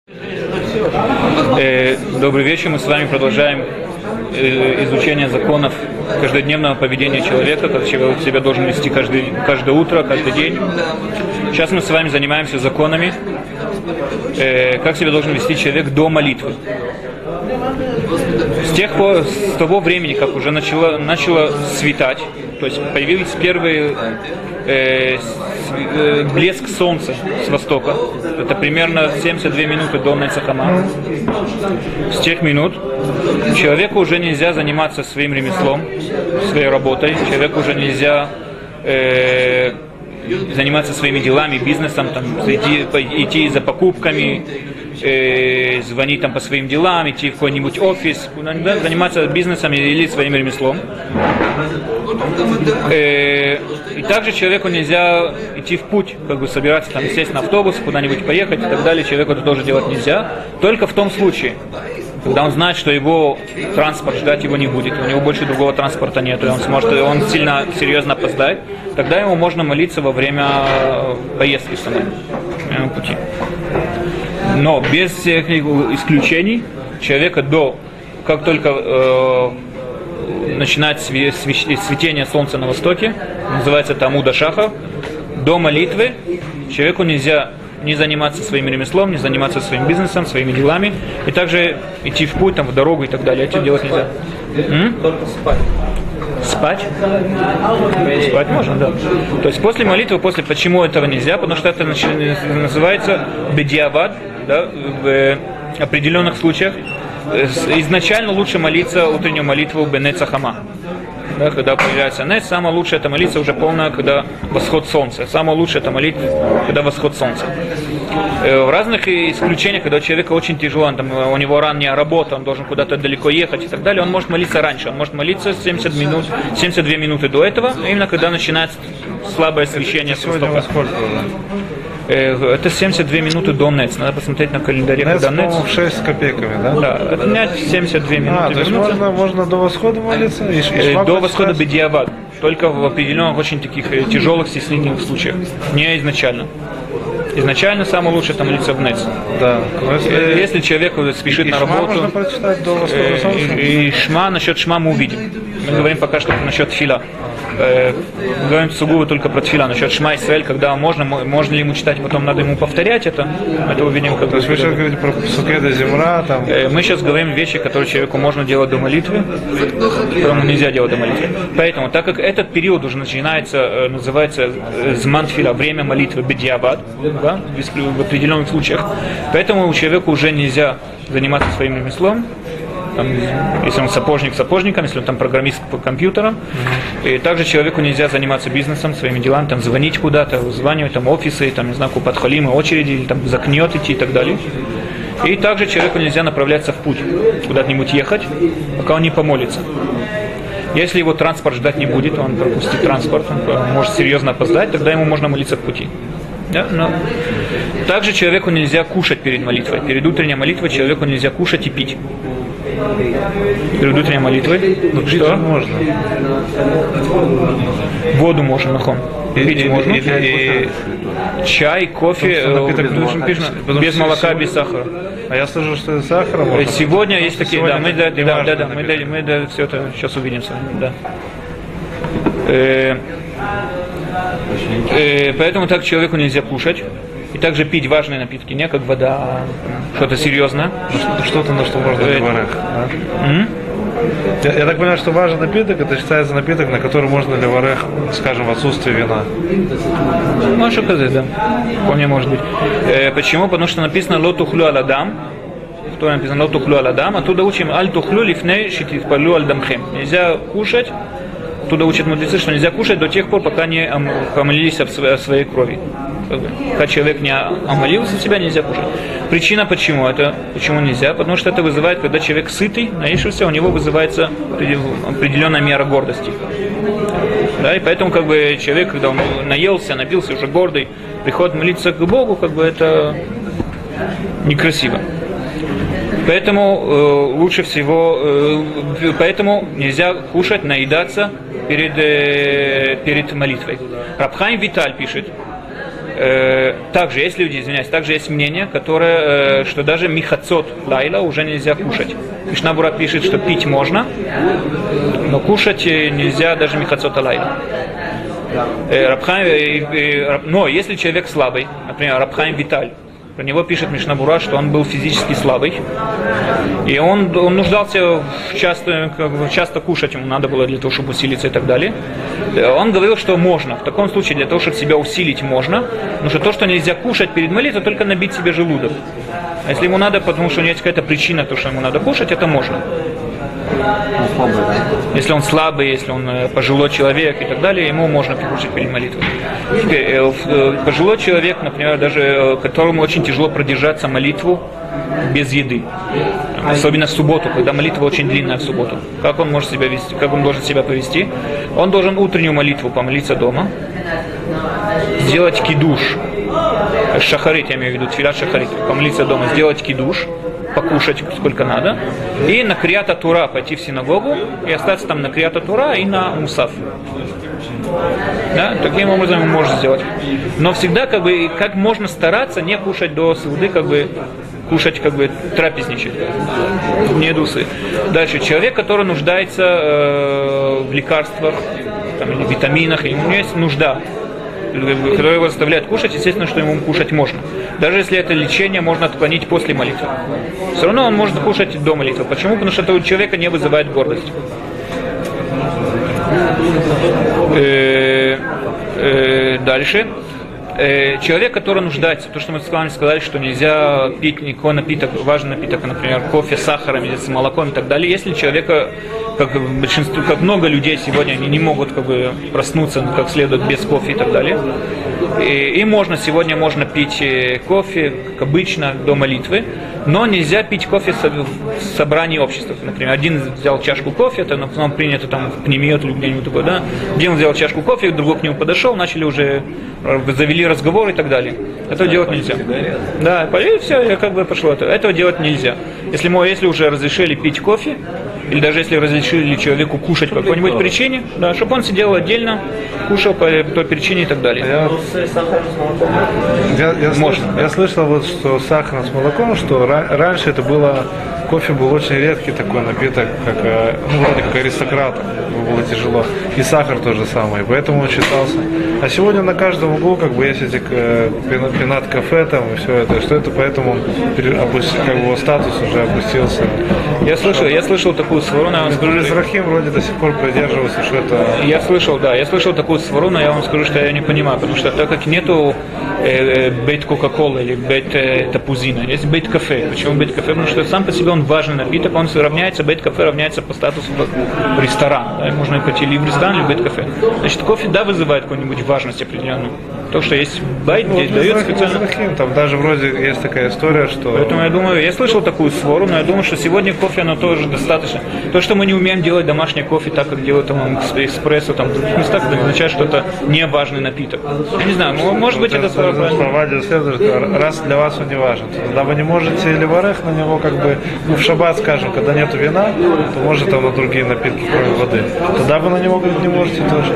Добрый вечер. Мы с вами продолжаем изучение законов каждодневного поведения человека, как человек себя должен вести каждое утро, каждый день. Сейчас мы с вами занимаемся законами, как себя должен вести человек до молитвы. С того времени, как уже начало светать, то есть появились первые блеск солнца с востока, это примерно 72 минуты до Нецахама. С тех минут человеку уже нельзя заниматься своим ремеслом, своей работой, человеку уже нельзя заниматься своими делами, бизнесом, там, идти за покупками, звонить там по своим делам, идти в какой-нибудь офис, заниматься бизнесом или своим ремеслом. И также человеку нельзя идти в путь, как бы собираться, там, сесть на автобус, куда-нибудь поехать и так далее. Человеку это тоже делать нельзя. Только в том случае, когда он знает, что его транспорт ждать его не будет, у него больше другого транспорта нет, и он сильно, серьезно опоздает, тогда ему можно молиться во время поездки самой, пути. Но без всех исключений человека как только начинает светение солнца на востоке, называется это Амуда Шахар, до молитвы человеку нельзя не заниматься своим ремеслом, не заниматься своим бизнесом, своими делами, и также идти в путь, там, в дорогу и так далее. Это делать нельзя. Только спать. Спать? Спать можно, да. То есть после молитвы, почему этого нельзя? Потому что это называется бедиавад, да, в определенных случаях. Изначально лучше молиться утреннюю молитву бенецахама. Да, когда появляется нец, самое лучшее это молиться уже полная, когда восход солнца. Самое лучшее это молиться, когда восход солнца. В разных исключениях, когда у человека очень тяжело, у него ранняя работа, он должен куда-то далеко ехать и так далее, он может молиться раньше. Он может молиться 72 минуты до этого, именно когда начинается слабое освещение с востока. Это 72 минуты до НЕЦ. Надо посмотреть на календаре, когда НЕЦ. В 6 копейками, да? Да, отнять 72 минуты. То есть можно до восхода молиться? До восхода бедиавад. Только в определенных очень таких тяжелых стеснительных случаях. Не изначально. Изначально самое лучшее это молиться в НЕЦ. Да. Если человек спешит на работу. Можно прочитать до восхода солнца? И шма, насчет шма мы увидим. Мы говорим пока что насчет фила. Мы говорим сугубо только про тфила, насчет Шма Исраэль, когда можно ли ему читать, потом надо ему повторять это увидим. То есть вы сейчас говорите про Сукеда Земра, там... Мы сейчас говорим вещи, которые человеку можно делать до молитвы, которому нельзя делать до молитвы. Поэтому, так как этот период уже начинается, называется Зман Тфила, время молитвы, бедиабад, да, в определенных случаях, поэтому человеку уже нельзя заниматься своим ремеслом, там, если он сапожник сапожником, если он там программист по компьютерам. И также человеку нельзя заниматься бизнесом, своими делами, там, звонить куда-то, званивать там, офисы, там, не знаю, купат-халимы, очереди, или там закнет идти и так далее. И также человеку нельзя направляться в путь, куда-нибудь ехать, пока он не помолится. Если его транспорт ждать не будет, он пропустит транспорт, он может серьезно опоздать, тогда ему можно молиться в пути. Да? Но также человеку нельзя кушать перед молитвой. Перед утренней молитвой человеку нельзя кушать и пить. Перед утренней молитвой. Что? Можно. Воду можно, нахон. Пить можно. Чай, кофе, без молока, без сахара. А я слышу, что это сахар можно. Сегодня есть такие, да, мы все это сейчас увидим с вами, да. Поэтому так человеку нельзя кушать. И также пить важные напитки, не как вода, что-то серьезное. Что-то, на что можно леварех. Я так понимаю, что важный напиток, это считается напиток, на который можно леварех, скажем, в отсутствие вина. Ну, что сказать, да. Вполне может быть. Почему? Потому что написано «Лотухлю аладам». Кто написано «Лотухлю аладам», оттуда учим «Аль-тухлю лифней шитифпалю альдамхем». Нельзя кушать, оттуда учат мудрецы, что нельзя кушать до тех пор, пока не помолились о своей крови. Когда человек не омолился себя, нельзя кушать. Причина почему? Почему нельзя? Потому что это вызывает, когда человек сытый, наевшийся, у него вызывается определенная мера гордости. Да, и поэтому как бы человек, когда он наелся, напился, уже гордый, приходит молиться к Богу, как бы это некрасиво. Поэтому лучше всего, поэтому нельзя кушать, наедаться перед молитвой. Раб Хаим Виталь пишет, Также есть люди, извиняюсь, также есть мнение, которое, что даже михацот лайла уже нельзя кушать. Мишна Бура пишет, что пить можно, но кушать нельзя даже михацот лайла. Но если человек слабый, например, Рабхаим Виталь, про него пишет Мишна Бура, что он был физически слабый, и он нуждался часто кушать, ему надо было для того, чтобы усилиться и так далее. Он говорил, что можно. В таком случае, для того, чтобы себя усилить, можно. Но что то, что нельзя кушать перед молитвой, только набить себе желудок. А если ему надо, потому что у него есть какая-то причина, то, что ему надо кушать, это можно. Если он слабый, если он пожилой человек и так далее, ему можно кушать перед молитвой. Теперь, пожилой человек, например, даже которому очень тяжело продержаться молитву без еды. Особенно в субботу, когда молитва очень длинная в субботу. Как он может себя вести, как он должен себя повести? Он должен утреннюю молитву помолиться дома, сделать кидуш, шахарит, я имею в виду, тфилат шахарит, помолиться дома, сделать кидуш, покушать сколько надо, и на Крията Тура пойти в синагогу, и остаться там на Крията Тура и на Мусаф. Да? Таким образом он может сделать. Но всегда как можно стараться не кушать до сауды, кушать, трапезничать. Не дусы. Дальше. Человек, который нуждается в лекарствах, или витаминах, и у него есть нужда, которая его заставляет кушать, естественно, что ему кушать можно. Даже если это лечение можно отклонить после молитвы. Все равно он может кушать до молитвы. Почему? Потому что это у человека не вызывает гордость. Дальше. Человек, который нуждается, то, что мы с вами сказали, что нельзя пить никакой напиток, важный напиток, например, кофе с сахаром или с молоком и так далее. Если человека, как много людей сегодня, они не могут проснуться как следует без кофе и так далее. И сегодня можно пить кофе, как обычно, до молитвы, но нельзя пить кофе в собрании общества. Например, один взял чашку кофе, это потом принято там в пнемиот или где-нибудь такое, да? Один взял чашку кофе, другой к нему подошел, начали уже, завели разговор и так далее. Этого делать нельзя. Да, и все, пошло. Этого делать нельзя. Если уже разрешили пить кофе, или даже если разрешили человеку кушать по какой-нибудь причине, да, чтобы он сидел отдельно, кушал по той причине и так далее. Я слышал, что сахар с молоком, что раньше это было, кофе был очень редкий такой напиток, вроде как аристократам было тяжело. И сахар то же самое, поэтому он считался. А сегодня на каждом углу есть эти пинат-кафе там и все это, что это поэтому его статус уже опустился. Я слышал такую свару, я вам скажу. Мизрахим вроде до сих пор придерживался, что это... Я слышал такую свару, но я вам скажу, что я не понимаю, потому что так как нету бейт Кока-Колы или бейт Тапузина, есть бейт кафе. Почему бейт кафе? Потому что сам по себе он важный напиток, он равняется, бейт кафе равняется по статусу в ресторан. Да? Можно пойти или в ресторан, или в бейт кафе. Значит, кофе вызывает какую-нибудь важность определенную. То, что есть байт, здесь дает специально. Там даже вроде есть такая история, что... Поэтому я думаю, я слышал такую свору, но я думаю, что сегодня кофе, оно тоже достаточно. То, что мы не умеем делать домашний кофе так, как делают там эспрессо, там в других местах, это означает, что это не важный напиток. Я не знаю, может быть, это свора правильно. Раз для вас он не важен, тогда вы не можете или варех на него в шаббат, скажем, когда нету вина, то может там на другие напитки, кроме воды. Тогда вы на него не можете тоже.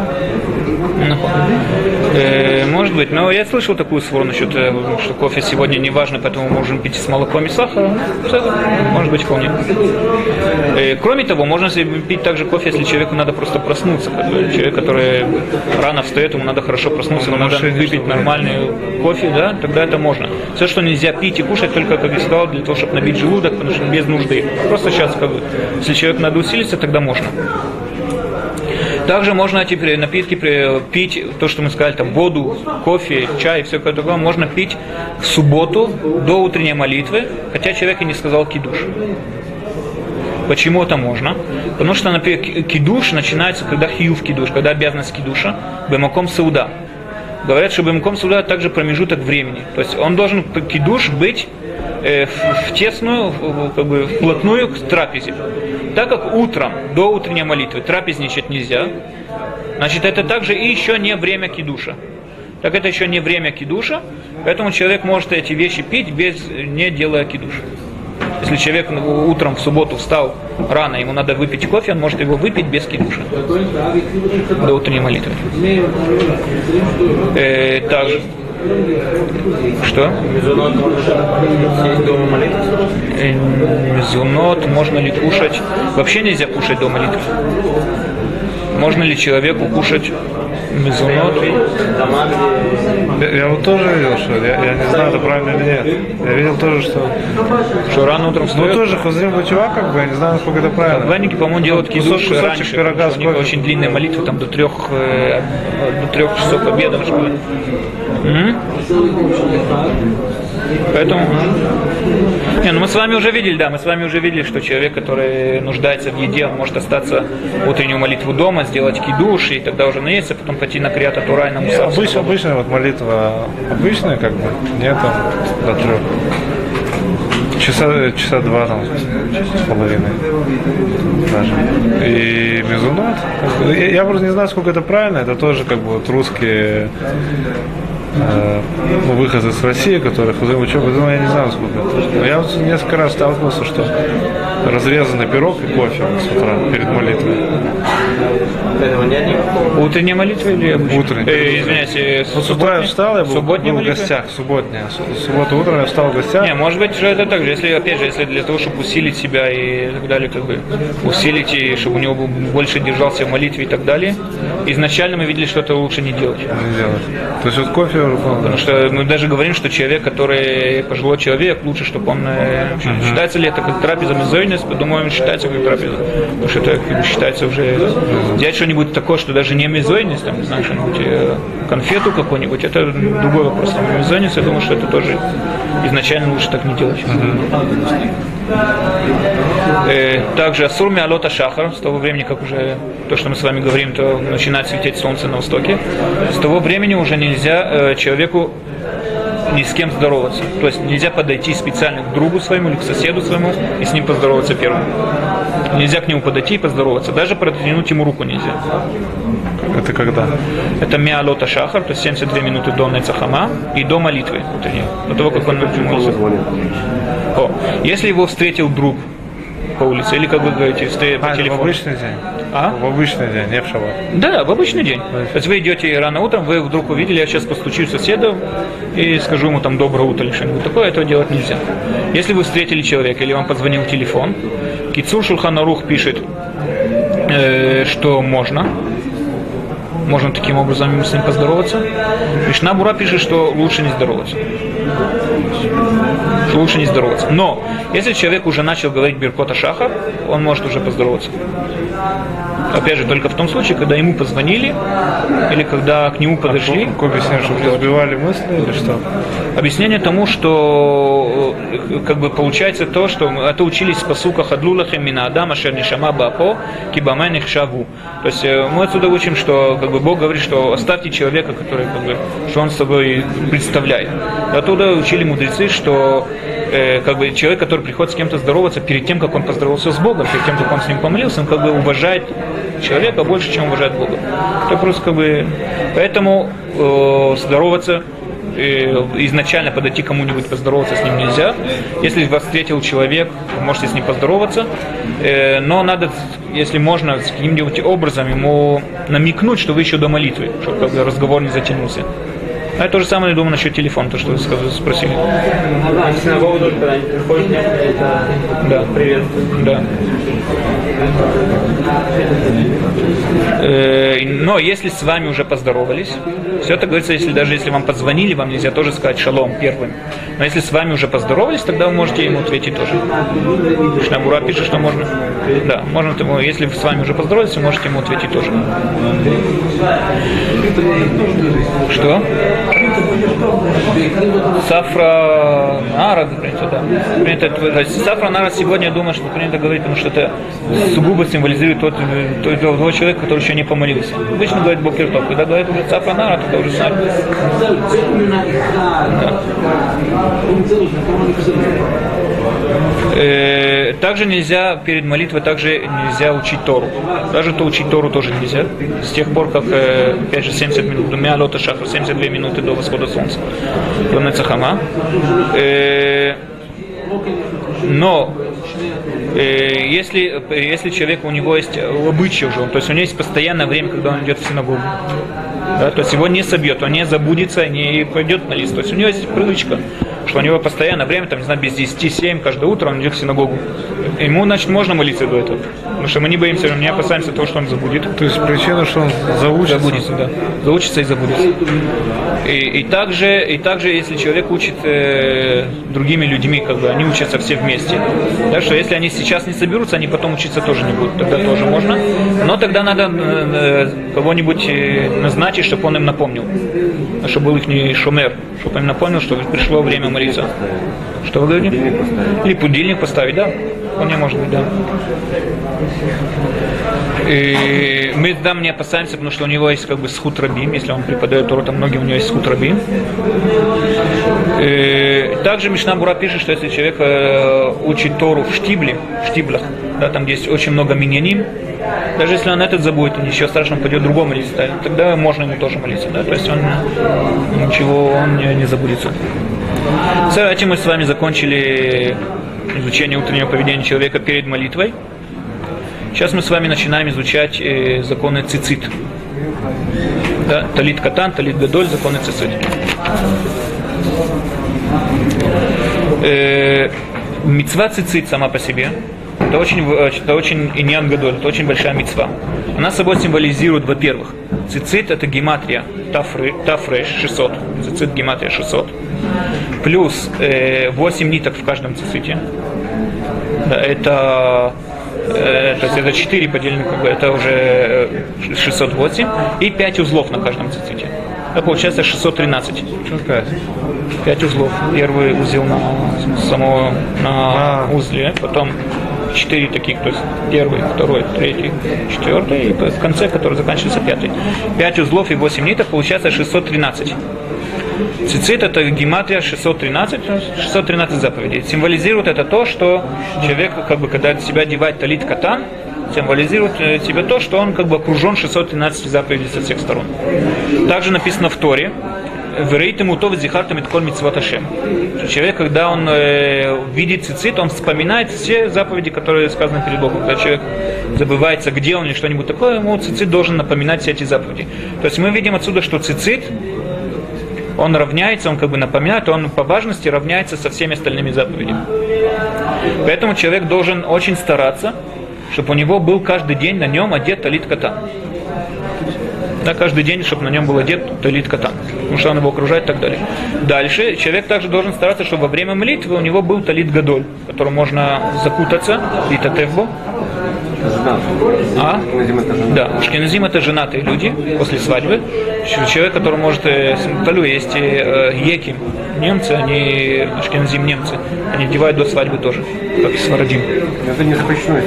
Может быть, но я слышал такую свору насчет, что кофе сегодня не важно, поэтому мы можем пить с молоком и сахаром. Может быть, вполне. Кроме того, можно пить также кофе, если человеку надо просто проснуться. Человек, который рано встает, ему надо хорошо проснуться, ему надо выпить нормальный кофе, да, тогда это можно. Все, что нельзя пить и кушать, только, как я сказал, для того, чтобы набить желудок, потому что без нужды. Просто сейчас, если человеку надо усилиться, тогда можно. Также можно эти напитки пить, то, что мы сказали, там, воду, кофе, чай, все такое, можно пить в субботу до утренней молитвы, хотя человек и не сказал кидуш. Почему это можно? Потому что, например, кидуш начинается, когда хиюв кидуш, когда обязанность кидуша, бемаком сауда. Говорят, что бемаком сауда также промежуток времени. То есть он должен кидуш быть в тесную, вплотную к трапезе. Так как утром, до утренней молитвы, трапезничать нельзя, значит, это также и еще не время кидуша. Так это еще не время кидуша, поэтому человек может эти вещи пить, не делая кидуш. Если человек утром в субботу встал рано, ему надо выпить кофе, он может его выпить без кидуша до утренней молитвы. Также Что? Мезонот можно съесть дома молитвы? Мезонот можно ли кушать? Вообще нельзя кушать до молитвы. Можно ли человеку кушать мезонот? Дома, где... Я вот тоже видел, что я не знаю, это правильно или нет. Я видел тоже, Что рано утром ну встает? тоже хозрим бачува, как бы, я не знаю, насколько это правильно. Ванники, по-моему, делают кидуш кусочек раньше, пирога потому что у них сколько? очень длинная молитва, там до 3 часов обеда, что ли. Поэтому... Не, ну мы с вами уже видели, что человек, который нуждается в еде, он может остаться утреннюю молитву дома, сделать кидуш, и тогда уже наесться, потом пойти на Криат Тура и на Мусар. Обычная вот молитва, обычная, как бы, нет там до 3. Часа 2 там, с половиной даже. И мезунот, как бы, я просто не знаю, сколько это правильно, это тоже как бы вот русские выходцы с России, которые хозяин учебы, я не знаю, сколько это. Но я вот несколько раз сталкивался, что разрезанный пирог и кофе с утра перед молитвой. Этого нет никакого? Утренняя молитва или обычная? Утренняя. Извиняюсь, С утра я встал, я был в молитва? гостях, субботняя. В субботу утром я встал в гостях. Не, может быть, что это так же, если, опять же, если для того, чтобы усилить себя и так далее, как бы, усилить, и чтобы у него больше держался в молитве и так далее, изначально мы видели, что это лучше не делать. Не делать. То есть вот кофе уже Потому что мы даже говорим, что человек, который пожилой человек, лучше, чтобы он... Считается ли это как трапеза мезойнес? Думаю, считается как трапеза. Потому что это считается уже... Взять что-нибудь такое, что даже не мезойнес, там, не знаю, что-нибудь, конфету какую-нибудь, это другой вопрос. Но мезойнес, я думаю, что это тоже изначально лучше так не делать. Также асур миалота шахар, с того времени, как уже то, что мы с вами говорим, то начинает светить солнце на востоке, с того времени уже нельзя человеку ни с кем здороваться. То есть нельзя подойти специально к другу своему или к соседу своему и с ним поздороваться первым. Нельзя к нему подойти и поздороваться. Даже протянуть ему руку нельзя. Это когда? Это миалота шахар, то есть 72 минуты до Нецахама и до молитвы утренней. До того, как он молится. Если его встретил друг по улице, или, как вы говорите, по телефону. В обычный день? В обычный день, не в шаббат. Да, в обычный день. То есть вы идете рано утром, вы вдруг увидели, я сейчас постучу соседу и скажу ему там доброе утро или что-нибудь такое, этого делать нельзя. Если вы встретили человека или вам позвонил телефон, Кицур Шулхан Арух пишет, что можно таким образом с ним поздороваться. Мишна Бура пишет, что лучше не здороваться. Но, если человек уже начал говорить Биркота Шахар, он может уже поздороваться. Опять же, только в том случае, когда ему позвонили, или когда к нему подошли. Какое объяснение, что не сбивали мысли или что? Объяснение тому, что как бы получается то, что это учились в пасуках Адлулахем мина Адама Шернишама Баапо Кибамен их шаву. То есть мы отсюда учим, что как бы Бог говорит, что оставьте человека, который как бы, что он собой представляет. Оттуда учили мудрецы, что как бы человек, который приходит с кем-то здороваться, перед тем, как он поздоровался с Богом, перед тем, как он с ним помолился, он как бы уважает человека больше, чем уважает Бога. Это просто как бы... Поэтому здороваться, изначально подойти к кому-нибудь, поздороваться с ним нельзя. Если вас встретил человек, вы можете с ним поздороваться, но надо, если можно, с каким-нибудь образом ему намекнуть, что вы еще до молитвы, чтобы как бы разговор не затянулся. А это то же самое, я думаю, насчет телефона, то, что вы спросили. А в синагогу тоже, когда они приходят, это да. Приветствую. Да. Но если с вами уже поздоровались, все это говорится, даже если вам позвонили, вам нельзя тоже сказать шалом первым. Но если с вами уже поздоровались, тогда вы можете ему ответить тоже. Мишна Бура пишет, что можно. Да, можно ему, если с вами уже поздоровались, вы можете ему ответить тоже. Что? Сафра Нара, да. Сафра Нара сегодня, я думаю, что принято говорить, потому что это сугубо символизирует того человека, который еще не помолился. Обычно говорит Бокер-Тов, когда говорит уже Сафра Нара, тогда уже знает. Также нельзя перед молитвой, также нельзя учить Тору. Даже то учить Тору тоже нельзя. С тех пор, как, опять же, 70 минут, Миалота Шахар, 72 минуты до восхода солнца. До Нецахама. Но если человек, у него есть обычай уже, то есть у него есть постоянное время, когда он идет в синагогу, Да, то есть его не собьет, он не забудется, не пойдет на лист. То есть у него есть привычка, что у него постоянно время, там, не знаю, без 10-7, каждое утро он идет в синагогу. Ему, значит, можно молиться до этого. Потому что мы не боимся, не опасаемся того, что он забудет. То есть причина, что он заучится. Забудется, да. Заучится и забудется. И также, если человек учит другими людьми, как бы, они учатся все вместе. Так что если они сейчас не соберутся, они потом учиться тоже не будут. Тогда тоже можно. Но тогда надо кого-нибудь назначить, чтобы он им напомнил. Чтобы был их шумер. Чтобы им напомнил, что пришло время молиться. Что вы говорите? Или будильник поставить, да. Вполне может быть, да. И мы там не опасаемся, потому что у него есть как бы схут рабим, если он преподает Тору, там многие у него есть схут рабим. Также Мишна Бура пишет, что если человек учит Тору в штиблях, да, там где есть очень много миньяним, даже если он этот забудет, ничего страшного, пойдет другому молиться, тогда можно ему тоже молиться, да, то есть он не забудется. С этим мы с вами закончили изучение утреннего поведения человека перед молитвой. Сейчас мы с вами начинаем изучать законы цицит. Да, талит катан, талит гадоль, законы цицит. Мицва цицит сама по себе, это очень иньян гадоль, это очень большая мицва. Она собой символизирует, во-первых, цицит это гематрия, тафреш 600, цицит гематрия 600, плюс 8 ниток в каждом циците. Да, то есть это 4 поделено, это уже 608, и 5 узлов на каждом циците. Это получается 613. 5 узлов. Первый узел на узле, потом 4 таких, то есть первый, второй, третий, четвертый, и в конце, который заканчивается 5. 5 узлов и 8 ниток, получается 613. Цицит это гематрия 613 заповедей. Символизирует это то, что человек, как бы, когда себя одевает талит катан, символизирует себе то, что он как бы окружен 613 заповедей со всех сторон. Также написано в Торе: «Верейтем утов зихартам итколь митцвот Ашем». Человек, когда он видит цицит, он вспоминает все заповеди, которые сказаны перед Богом. Когда человек забывается, где он или что-нибудь такое, ему цицит должен напоминать все эти заповеди. То есть мы видим отсюда, что цицит, он равняется, он как бы напоминает, он по важности равняется со всеми остальными заповедями. Поэтому человек должен очень стараться, чтобы у него был каждый день на нем одет талит катан. Да, каждый день, чтобы на нем был одет талит катан, потому что он его окружает и так далее. Дальше человек также должен стараться, чтобы во время молитвы у него был талит гадоль, в котором можно закутаться, литатевбо. Да, ашкеназим это женатые люди после свадьбы. Человек, который может, есть еки, немцы, они ашкеназим немцы, они одевают до свадьбы тоже, как и сварадим. Это не запрещено.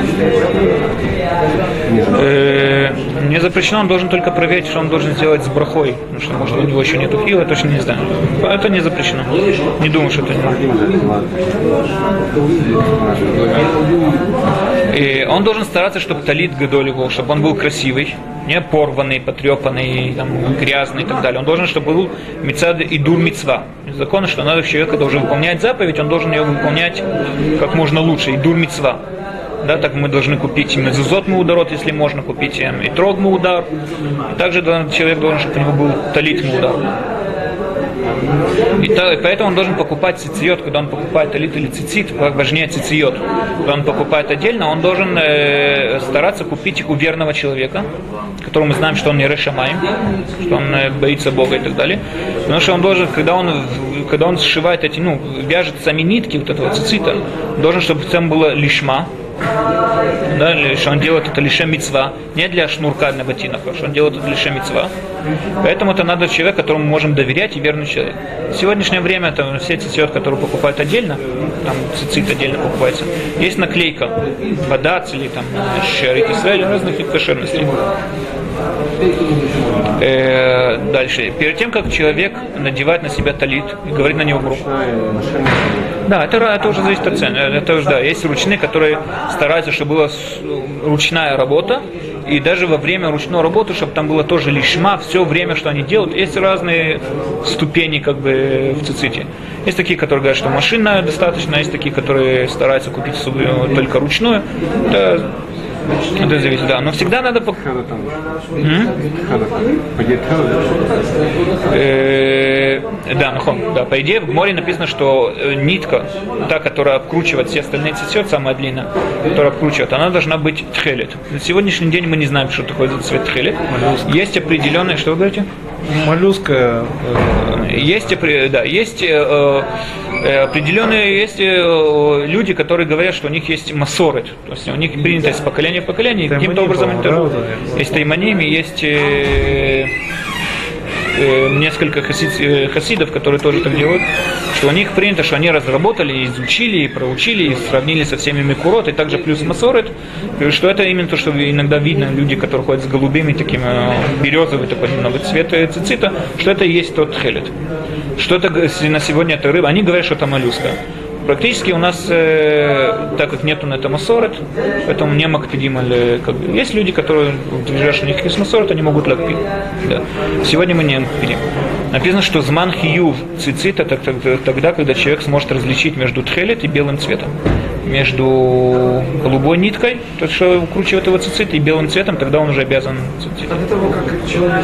Не запрещено, он должен только проверить, что он должен сделать с брахой, потому что может у него еще нету хила, я точно не знаю. Это не запрещено. Не думаю, что это не. И он должен стараться, чтобы талит гадоль его, чтобы он был красивый, не порванный, потрепанный, там, грязный и так далее. Он должен, чтобы был мицад и дур мицва. Закон, что надо человека должен выполнять заповедь, он должен ее выполнять как можно лучше, и дур мицва. Да, так мы должны купить мезузот меударот, если можно купить и трог меудар. Также человек должен, чтобы у него был талит меудар. И поэтому он должен покупать цициот, когда он покупает талит или цицит, важнее цициот. Когда он покупает отдельно, он должен стараться купить их у верного человека, которому мы знаем, что он не решамаем, что он боится Бога и так далее. Потому что он должен, когда он сшивает эти, вяжет сами нитки вот этого цицита, должен, чтобы там было лишма. Да, что он делает это лишем мицва, не для шнурка на ботинок, а что он делает это лишем мицва. Поэтому это надо человек, которому мы можем доверять, и верный человек. В сегодняшнее время там, все цицит, которые покупают отдельно, там цицит отдельно покупается, есть наклейка Бадац или там Шарит Исраэль, разных их кошерностей. Дальше. Перед тем, как человек надевает на себя талит и говорит на него бруху. Да, это уже зависит от цены. Это уже, да, есть ручные, которые стараются, чтобы была ручная работа, и даже во время ручной работы, чтобы там было тоже лишма, все время, что они делают. Есть разные ступени как бы в циците. Есть такие, которые говорят, что машинная достаточно, есть такие, которые стараются купить только ручную. Это Это зависит, да. Но всегда надо... Да, да, по идее в море написано, что нитка, та, которая обкручивает все остальные цвет, самая длинная, которая обкручивает, она должна быть тхелет. На сегодняшний день мы не знаем, что такое за цвет тхелет. Есть определенные... Что вы говорите? Моллюска. Есть определенные люди, которые говорят, что у них есть масорет, то есть у них принято из поколения в поколение, каким-то образом это есть таймоним, есть несколько хасидов, которые тоже так делают, что у них принято, что они разработали, изучили, проучили, и сравнили со всеми микурот, и также плюс масорет, что это именно то, что иногда видно, люди, которые ходят с голубыми, таким березовый, такой немного цвет цицита, что это и есть тот хелет. Что это на сегодня это рыба, они говорят, что это моллюска. Практически у нас, так как нету на это масорет, поэтому не мактидим, есть люди, которые утверждают, что у них есть масорет, они могут лакпить. Да. Сегодня мы не мактидим. Написано, что зман хиюв цицит это тогда, когда человек сможет различить между тхелет и белым цветом. Между голубой ниткой, то, что укручивает его цицит, и белым цветом, тогда он уже обязан цицит. От этого как человек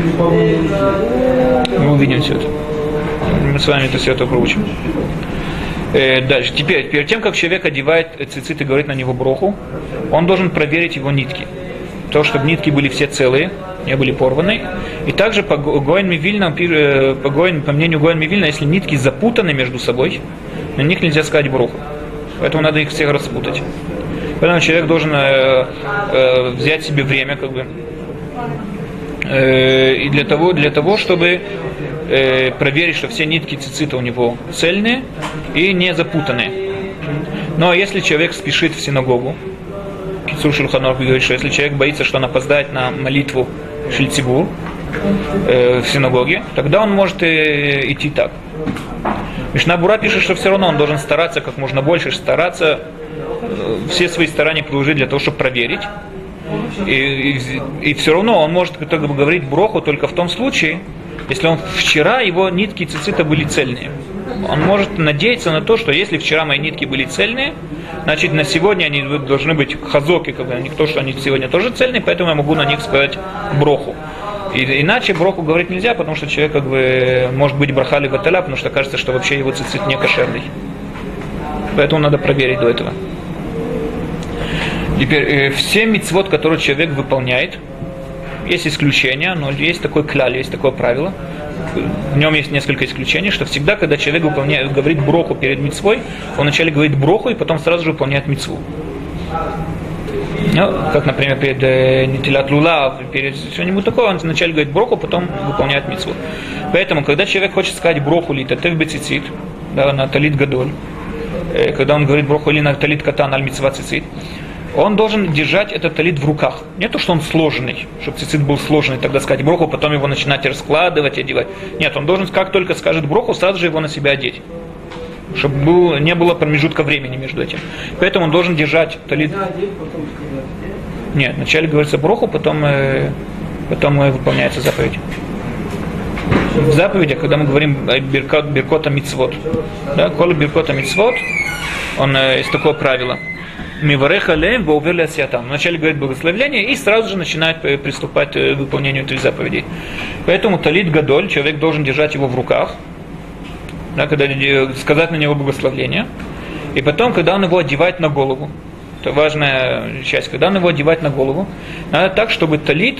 мы увидим все это. Мы с вами это все это проучим. Дальше. Теперь, перед тем, как человек одевает цицит и говорит на него броху, он должен проверить его нитки. То, чтобы нитки были все целые, не были порваны. И также по мнению Гоэн Мивильна, если нитки запутаны между собой, на них нельзя сказать броху. Поэтому надо их всех распутать. Поэтому человек должен взять себе время, и для того, чтобы проверить, что все нитки цицита у него цельные и не запутанные. Но если человек спешит в синагогу, Кицур Шулхан Арух говорит, что если человек боится, что он опоздает на молитву Шильцибур в синагоге, тогда он может идти так. Мишна Бура пишет, что все равно он должен стараться как можно больше, стараться все свои старания приложить для того, чтобы проверить. И все равно он может говорить броху только в том случае, если он вчера его нитки цицита были цельные. Он может надеяться на то, что если вчера мои нитки были цельные, значит на сегодня они должны быть хазоки, не то, что они сегодня тоже цельные, поэтому я могу на них сказать броху. И иначе броху говорить нельзя, потому что человек может быть брахали ваталя, потому что кажется, что вообще его цицит не кошерный. Поэтому надо проверить до этого. Теперь все мицвот, которые человек выполняет, есть исключения, но есть такой кляль, есть такое правило. В нем есть несколько исключений, что всегда, когда человек говорит броху перед мицвой, он вначале говорит броху и потом сразу же выполняет мицву. Ну, как, например, перед нетилат лулав, перед что-нибудь такое, он вначале говорит броху, потом выполняет мицву. Поэтому, когда человек хочет сказать броху ли татев бецицит, да, на талит гадоль, когда он говорит броху ли на талит катан аль мицва цицит, он должен держать этот талит в руках. Не то, что он сложенный, чтобы цицит был сложный, тогда сказать броху, потом его начинать раскладывать, одевать. Нет, он должен, как только скажет броху, сразу же его на себя одеть. Чтобы не было промежутка времени между этим. Поэтому он должен держать талит. Нет, вначале говорится броху, потом выполняется заповедь. В заповедях, когда мы говорим биркота мицвот, да, коли биркота мицвот, есть такое правило. Мивареха леем воувер леасиатам. Вначале говорит благословление и сразу же начинает приступать к выполнению этих заповедей. Поэтому талит гадоль, человек должен держать его в руках, да, когда сказать на него благословление. И потом, когда он его одевает на голову, это важная часть, когда он его одевает на голову, надо так, чтобы талит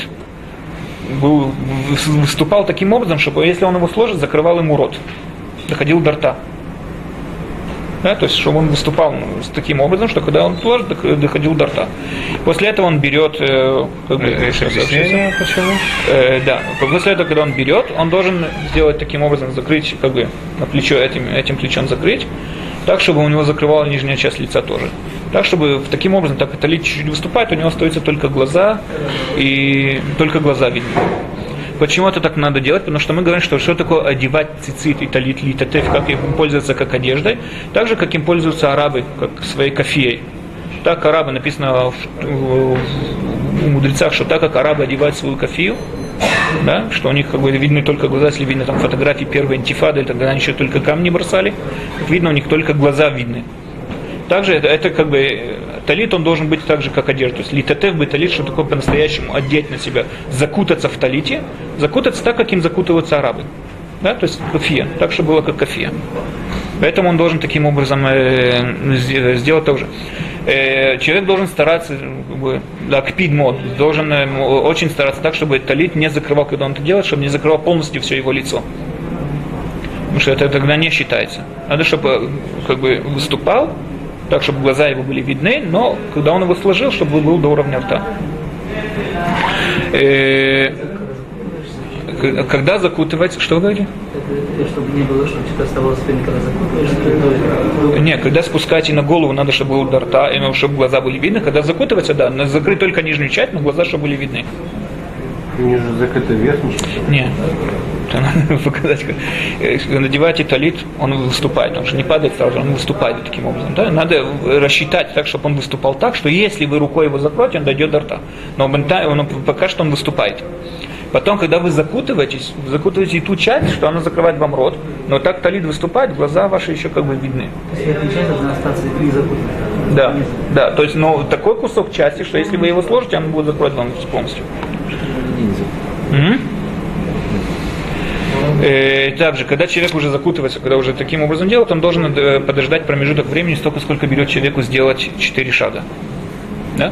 выступал таким образом, чтобы если он его сложит, закрывал ему рот, доходил до рта. Да, то есть, чтобы он выступал таким образом, что когда он сложит, доходил до рта. После этого он берет... Объяснение, почему? Да, после этого, когда он берет, он должен сделать таким образом, закрыть, на плечо, этим плечом закрыть, так, чтобы у него закрывала нижняя часть лица тоже. Так, чтобы таким образом, так как талит чуть-чуть выступает, у него остаются только глаза, и только глаза видны. Почему это так надо делать? Потому что мы говорим, что такое одевать цицит и талит литатеф, как им пользуются как одеждой, так же, как им пользуются арабы, как своей кафией. Так арабы, написано у мудрецах, что так как арабы одевают свою кафию, да, что у них видны только глаза, если видно там фотографии первой интифады, тогда они еще только камни бросали, как видно, у них только глаза видны. Также это талит, он должен быть так же, как одежда. То есть литатев бы талит, что такое по-настоящему одеть на себя, закутаться в талите, закутаться так, как им закутываются арабы. Да? То есть кофия, так, чтобы было как кофия. Поэтому он должен таким образом сделать тоже. Человек должен стараться, акпид мод, должен очень стараться так, чтобы талит не закрывал, когда он это делает, чтобы не закрывал полностью все его лицо. Потому что это тогда не считается. Надо, чтобы выступал, так, чтобы глаза его были видны, но когда он его сложил, чтобы был до уровня рта. Когда закутывать, что вы говорите? Чтобы не было, чтобы что-то оставалось видно, когда закутываешь. Нет, когда спускаете на голову, надо, чтобы было до рта, и чтобы глаза были видны. Когда закутываться, да, надо закрыть только нижнюю часть, но глаза, чтобы были видны. Ниже закрытой верхней? Нет. Это надо показать. Когда надеваете талит, он выступает, потому что не падает сразу, он выступает таким образом. Да? Надо рассчитать так, чтобы он выступал так, что если вы рукой его закроете, он дойдет до рта. Но пока что он выступает. Потом, когда вы закутываетесь, закутываете и ту часть, что она закрывает вам рот, но так талит выступает, глаза ваши еще видны. Если эта часть должна остаться и закутана. Да, то есть, но такой кусок части, что если вы его сложите, он будет закрывать вам полностью. Также, когда человек уже закутывается, когда уже таким образом делает, он должен подождать промежуток времени столько, сколько берет человеку сделать 4 шага. Да?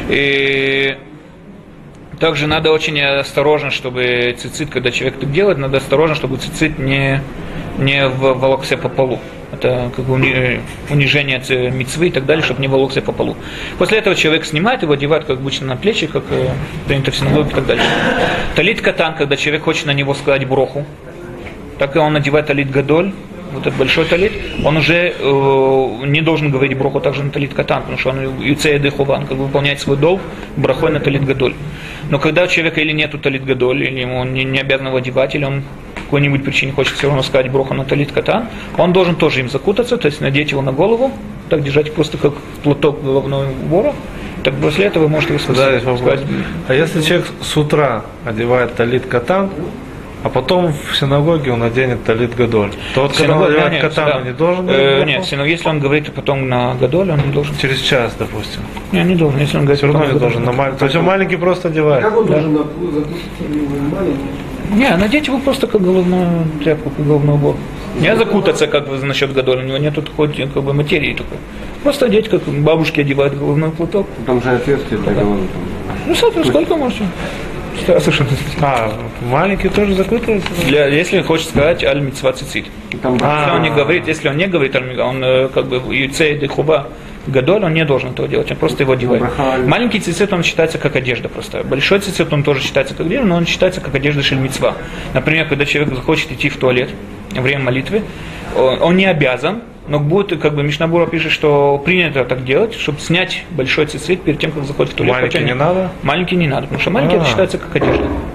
Также надо очень осторожно, чтобы цицит, когда человек так делает, надо осторожно, чтобы цицит не волокся по полу. Это унижение мицвы и так далее, чтобы не волокся по полу. После этого человек снимает его, одевает, как обычно, на плечи, как принято в синагоге и так далее. Талит катан, когда человек хочет на него сказать броху, так и он надевает талит гадоль, вот этот большой талит, он уже не должен говорить броху также на талит катан, потому что он юцея дехуван, выполняет свой долг брохой на талит гадоль. Но когда у человека или нету талит гадоль, или ему не обязан его одевать, или он по какой-нибудь причине хочет все равно сказать броху на талит катан, он должен тоже им закутаться, то есть надеть его на голову, так держать просто как платок головного убора. Так после этого вы можете сказать. А если человек с утра одевает талит катан, а потом в синагоге он оденет талит гадоль, то вот когда он одевает катан, он не должен говорить? Нет, если он говорит потом на гадоль, он не должен. Через час, допустим. Не должен, если он говорит. Все равно не должен. То есть он маленький просто одевает. Как он должен закрутить маленький? Не, надеть его просто как головную тряпку, как головной убор. Не закутаться, как насчет гадоль, у него нет хоть материи такой. Просто одеть, как бабушки одевают головной платок. Там же отверстие для головы. Смотри, сколько можете. Совершенно. Маленький тоже закутывается? Если хочет сказать аль-митцва цицит. Если он не говорит, он юцей дехуба гадоль, он не должен этого делать, он просто его одевает. Маленький цицит, он считается как одежда просто. Большой цицит, он тоже считается как одежда, но он считается как одежда шель-митцва. Например, когда человек захочет идти в туалет во время молитвы, он не обязан, но будет, Мишна Бура пишет, что принято так делать, чтобы снять большой цицит перед тем, как заходит в туалет. Маленький не надо? Маленький не надо, потому что маленький это считается как одежда.